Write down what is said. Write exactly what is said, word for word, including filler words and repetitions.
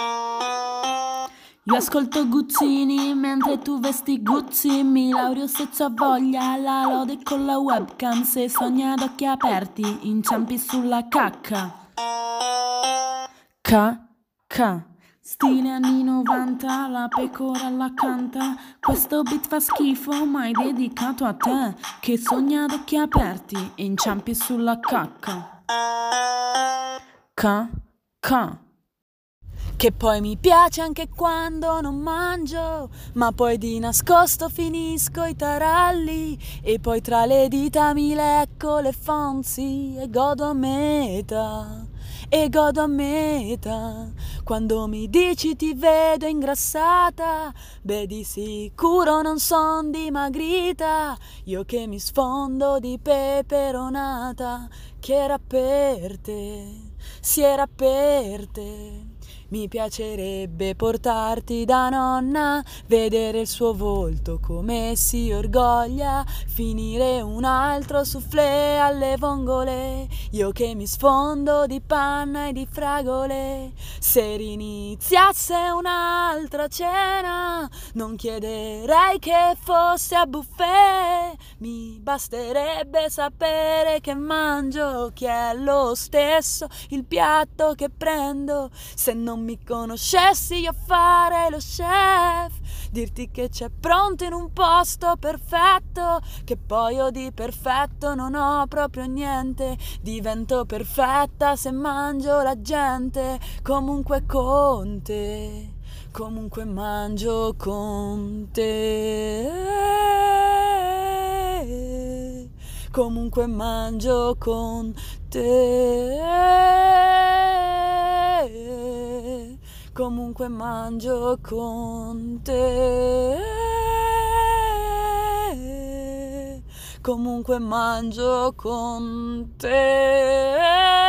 Io ascolto Guzzini mentre tu vesti Guzzi, mi laureo senza voglia, la lode con la webcam, se sogna ad occhi aperti, inciampi sulla cacca. Ca, ca, stile anni novanta, la pecora la canta, questo beat fa schifo ma è dedicato a te, che sogna ad occhi aperti, inciampi sulla cacca. Ca, ca. Che poi mi piace anche quando non mangio, ma poi di nascosto finisco i taralli e poi tra le dita mi lecco le fonzi e godo a metà, e godo a metà. Quando mi dici ti vedo ingrassata, beh di sicuro non son dimagrita, io che mi sfondo di peperonata, che era per te, si era per te. Mi piacerebbe portarti da nonna, vedere il suo volto come si orgoglia, finire un altro soufflé alle vongole, io che mi sfondo di panna e di fragole. Se riniziasse un'altra cena, non chiederei che fosse a buffet, mi basterebbe sapere che mangio, che è lo stesso il piatto che prendo. Se non mi conoscessi io fare lo chef, dirti che c'è pronto in un posto perfetto, che poi io di perfetto non ho proprio niente, divento perfetta se mangio la gente, comunque con te, comunque mangio con te, comunque mangio con te, comunque mangio con te, comunque mangio con te.